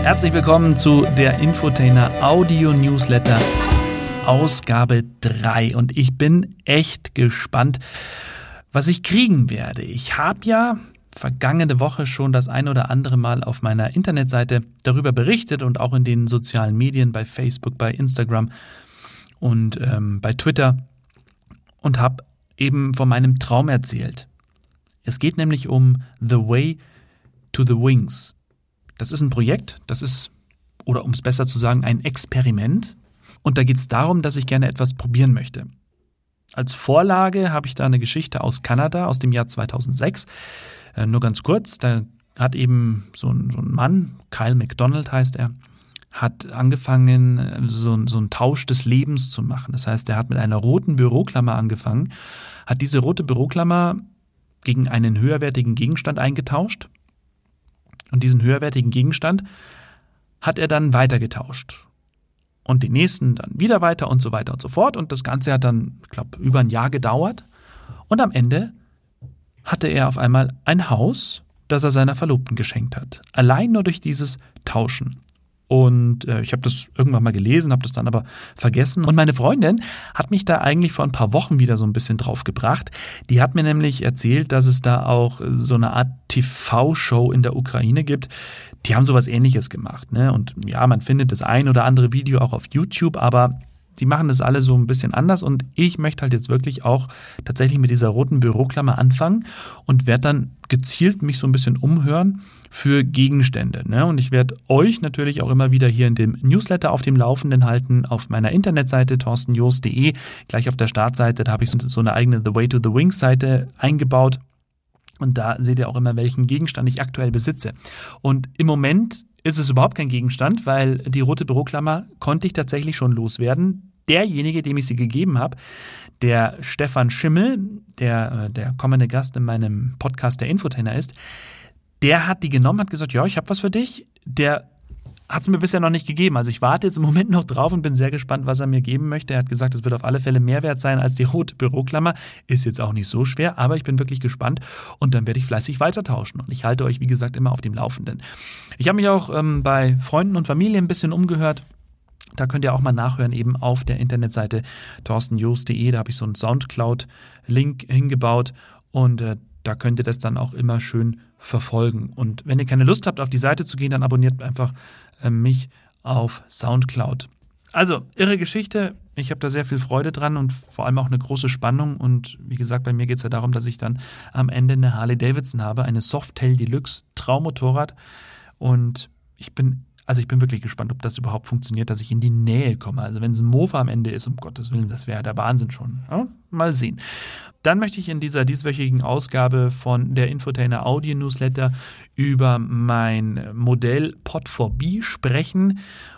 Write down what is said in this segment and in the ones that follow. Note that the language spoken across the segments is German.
Herzlich willkommen zu der Infotainer Audio Newsletter Ausgabe 3 und ich bin echt gespannt, was ich kriegen werde. Ich habe ja vergangene Woche schon das ein oder andere Mal auf meiner Internetseite darüber berichtet und auch in den sozialen Medien, bei Facebook, bei Instagram und bei Twitter und habe eben von meinem Traum erzählt. Es geht nämlich um The Way to the Wings. Das ist ein Projekt, oder um es besser zu sagen, ein Experiment. Und da geht es darum, dass ich gerne etwas probieren möchte. Als Vorlage habe ich da eine Geschichte aus Kanada aus dem Jahr 2006. Nur ganz kurz, da hat eben so ein Mann, Kyle McDonald heißt er, hat angefangen, so einen Tausch des Lebens zu machen. Das heißt, er hat mit einer roten Büroklammer angefangen, hat diese rote Büroklammer gegen einen höherwertigen Gegenstand eingetauscht. Und diesen höherwertigen Gegenstand hat er dann weitergetauscht. Und den nächsten dann wieder weiter und so weiter und so fort. Und das Ganze hat dann, ich glaube, über ein Jahr gedauert. Und am Ende hatte er auf einmal ein Haus, das er seiner Verlobten geschenkt hat. Allein nur durch dieses Tauschen. Und ich habe das irgendwann mal gelesen, habe das dann aber vergessen. Und meine Freundin hat mich da eigentlich vor ein paar Wochen wieder so ein bisschen drauf gebracht. Die hat mir nämlich erzählt, dass es da auch so eine Art TV-Show in der Ukraine gibt. Die haben sowas Ähnliches gemacht, ne? Und ja, man findet das ein oder andere Video auch auf YouTube, aber die machen das alle so ein bisschen anders und ich möchte halt jetzt wirklich auch tatsächlich mit dieser roten Büroklammer anfangen und werde dann gezielt mich so ein bisschen umhören für Gegenstände, ne? Und ich werde euch natürlich auch immer wieder hier in dem Newsletter auf dem Laufenden halten, auf meiner Internetseite torstenjost.de, gleich auf der Startseite, da habe ich so eine eigene The Way to the Wings Seite eingebaut und da seht ihr auch immer, welchen Gegenstand ich aktuell besitze. Und im Moment ist es überhaupt kein Gegenstand, weil die rote Büroklammer konnte ich tatsächlich schon loswerden. Derjenige, dem ich sie gegeben habe, der Stefan Schimmel, der kommende Gast in meinem Podcast der Infotainer ist, der hat die genommen, hat gesagt, ja, ich habe was für dich. Der hat es mir bisher noch nicht gegeben. Also ich warte jetzt im Moment noch drauf und bin sehr gespannt, was er mir geben möchte. Er hat gesagt, es wird auf alle Fälle mehr wert sein als die rote Büroklammer. Ist jetzt auch nicht so schwer, aber ich bin wirklich gespannt und dann werde ich fleißig weitertauschen. Und ich halte euch, wie gesagt, immer auf dem Laufenden. Ich habe mich auch bei Freunden und Familie ein bisschen umgehört. Da könnt ihr auch mal nachhören, eben auf der Internetseite torstenjost.de. Da habe ich so einen Soundcloud-Link hingebaut und da könnt ihr das dann auch immer schön verfolgen. Und wenn ihr keine Lust habt, auf die Seite zu gehen, dann abonniert einfach mich auf Soundcloud. Also, irre Geschichte. Ich habe da sehr viel Freude dran und vor allem auch eine große Spannung. Und wie gesagt, bei mir geht es ja darum, dass ich dann am Ende eine Harley-Davidson habe, eine Softail Deluxe Traummotorrad. Und ich bin wirklich gespannt, ob das überhaupt funktioniert, dass ich in die Nähe komme. Also wenn es ein Mofa am Ende ist, um Gottes Willen, das wäre der Wahnsinn schon. Ja, mal sehen. Dann möchte ich in dieser dieswöchigen Ausgabe von der Infotainer Audio Newsletter über mein Modell Pod4B sprechen.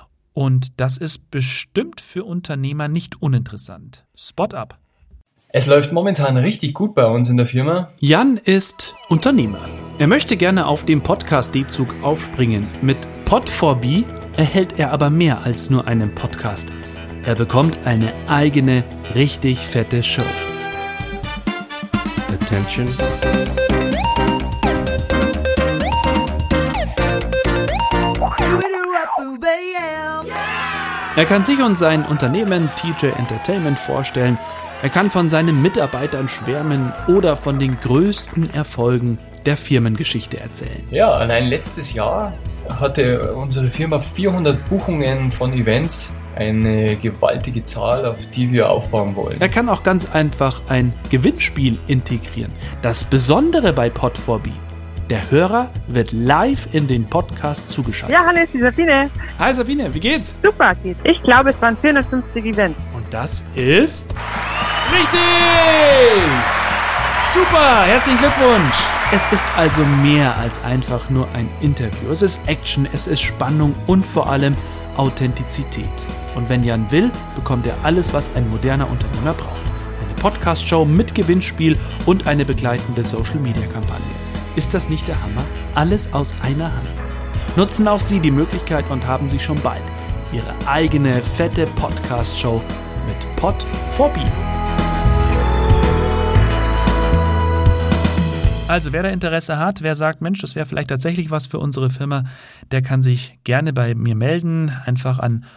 Und das ist bestimmt für Unternehmer nicht uninteressant. Spot up. Es läuft momentan richtig gut bei uns in der Firma. Jan ist Unternehmer. Er möchte gerne auf dem Podcast-D-Zug aufspringen. Mit Pod4B erhält er aber mehr als nur einen Podcast. Er bekommt eine eigene, richtig fette Show. Attention. Er kann sich und sein Unternehmen TJ Entertainment vorstellen. Er kann von seinen Mitarbeitern schwärmen oder von den größten Erfolgen der Firmengeschichte erzählen. Ja, allein letztes Jahr hatte unsere Firma 400 Buchungen von Events. Eine gewaltige Zahl, auf die wir aufbauen wollen. Er kann auch ganz einfach ein Gewinnspiel integrieren. Das Besondere bei Pod4B: Der Hörer wird live in den Podcast zugeschaltet. Ja, hallo, ist die Sabine. Hi Sabine, wie geht's? Super geht's. Ich glaube, es waren 450 Events. Und das ist richtig! Super, herzlichen Glückwunsch! Es ist also mehr als einfach nur ein Interview. Es ist Action, es ist Spannung und vor allem Authentizität. Und wenn Jan will, bekommt er alles, was ein moderner Unternehmer braucht. Eine Podcast-Show mit Gewinnspiel und eine begleitende Social-Media-Kampagne. Ist das nicht der Hammer? Alles aus einer Hand. Nutzen auch Sie die Möglichkeit und haben Sie schon bald Ihre eigene fette Podcast-Show mit Pod4B. Also wer da Interesse hat, wer sagt, Mensch, das wäre vielleicht tatsächlich was für unsere Firma, der kann sich gerne bei mir melden. Einfach an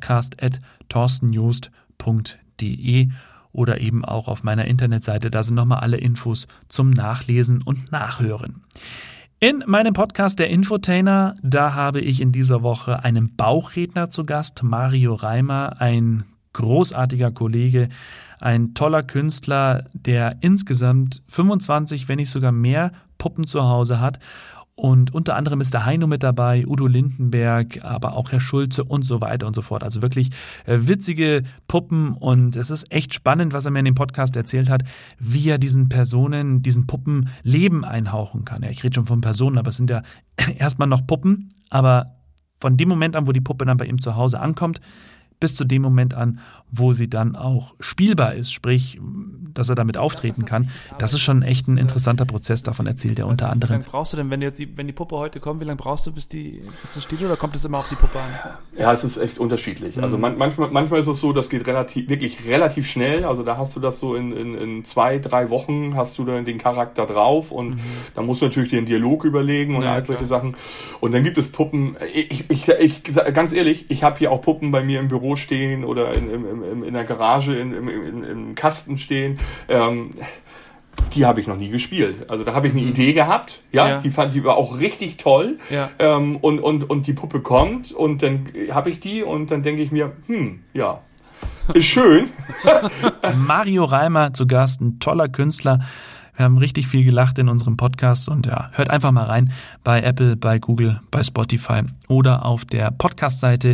podcast@torstenjoost.de oder eben auch auf meiner Internetseite. Da sind nochmal alle Infos zum Nachlesen und Nachhören. In meinem Podcast Der Infotainer, da habe ich in dieser Woche einen Bauchredner zu Gast, Mario Reimer, ein großartiger Kollege, ein toller Künstler, der insgesamt 25, wenn nicht sogar mehr Puppen zu Hause hat. Und unter anderem ist der Heino mit dabei, Udo Lindenberg, aber auch Herr Schulze und so weiter und so fort. Also wirklich witzige Puppen und es ist echt spannend, was er mir in dem Podcast erzählt hat, wie er diesen Personen, diesen Puppen Leben einhauchen kann. Ja, ich rede schon von Personen, aber es sind ja erstmal noch Puppen. Aber von dem Moment an, wo die Puppe dann bei ihm zu Hause ankommt, bis zu dem Moment an, wo sie dann auch spielbar ist, sprich, dass er damit auftreten kann. Das ist schon echt ein interessanter Prozess, davon erzählt er unter anderem. Wie lange brauchst du denn, wenn die Puppe heute kommt, wie lange brauchst du, bis das steht, oder kommt es immer auf die Puppe an? Ja, es ist echt unterschiedlich. Also manchmal ist es so, das geht wirklich relativ schnell. Also da hast du das so in 2-3 Wochen hast du dann den Charakter drauf und dann musst du natürlich den Dialog überlegen und all solche Sachen. Und dann gibt es Puppen, ich ganz ehrlich, ich habe hier auch Puppen bei mir im Büro stehen oder in der Garage im Kasten stehen. Die habe ich noch nie gespielt. Also da habe ich eine Idee gehabt, die war auch richtig toll. Ja. Und die Puppe kommt und dann habe ich die und dann denke ich mir, ist schön. Mario Reimer zu Gast, ein toller Künstler. Wir haben richtig viel gelacht in unserem Podcast und ja, hört einfach mal rein bei Apple, bei Google, bei Spotify oder auf der Podcast-Seite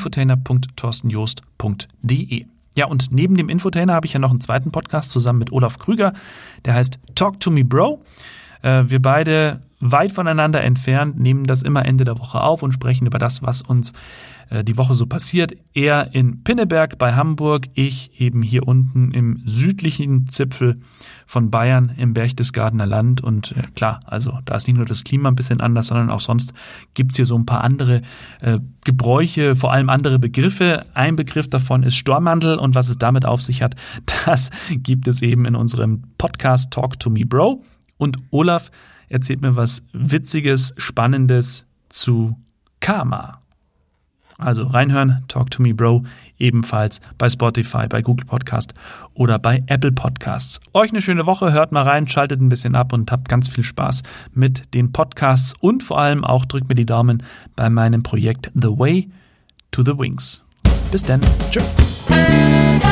infotainer.torstenjoost.de. Ja, und neben dem Infotainer habe ich ja noch einen zweiten Podcast zusammen mit Olaf Krüger, der heißt Talk to Me Bro. Wir beide weit voneinander entfernt, nehmen das immer Ende der Woche auf und sprechen über das, was uns die Woche so passiert. Er in Pinneberg bei Hamburg, ich eben hier unten im südlichen Zipfel von Bayern im Berchtesgadener Land. Und klar, also da ist nicht nur das Klima ein bisschen anders, sondern auch sonst gibt es hier so ein paar andere Gebräuche, vor allem andere Begriffe. Ein Begriff davon ist Stormmantel und was es damit auf sich hat, das gibt es eben in unserem Podcast Talk to Me Bro. Und Olaf erzählt mir was Witziges, Spannendes zu Karma. Also reinhören, Talk to Me Bro, ebenfalls bei Spotify, bei Google Podcast oder bei Apple Podcasts. Euch eine schöne Woche, hört mal rein, schaltet ein bisschen ab und habt ganz viel Spaß mit den Podcasts und vor allem auch drückt mir die Daumen bei meinem Projekt The Way to the Wings. Bis dann, tschö.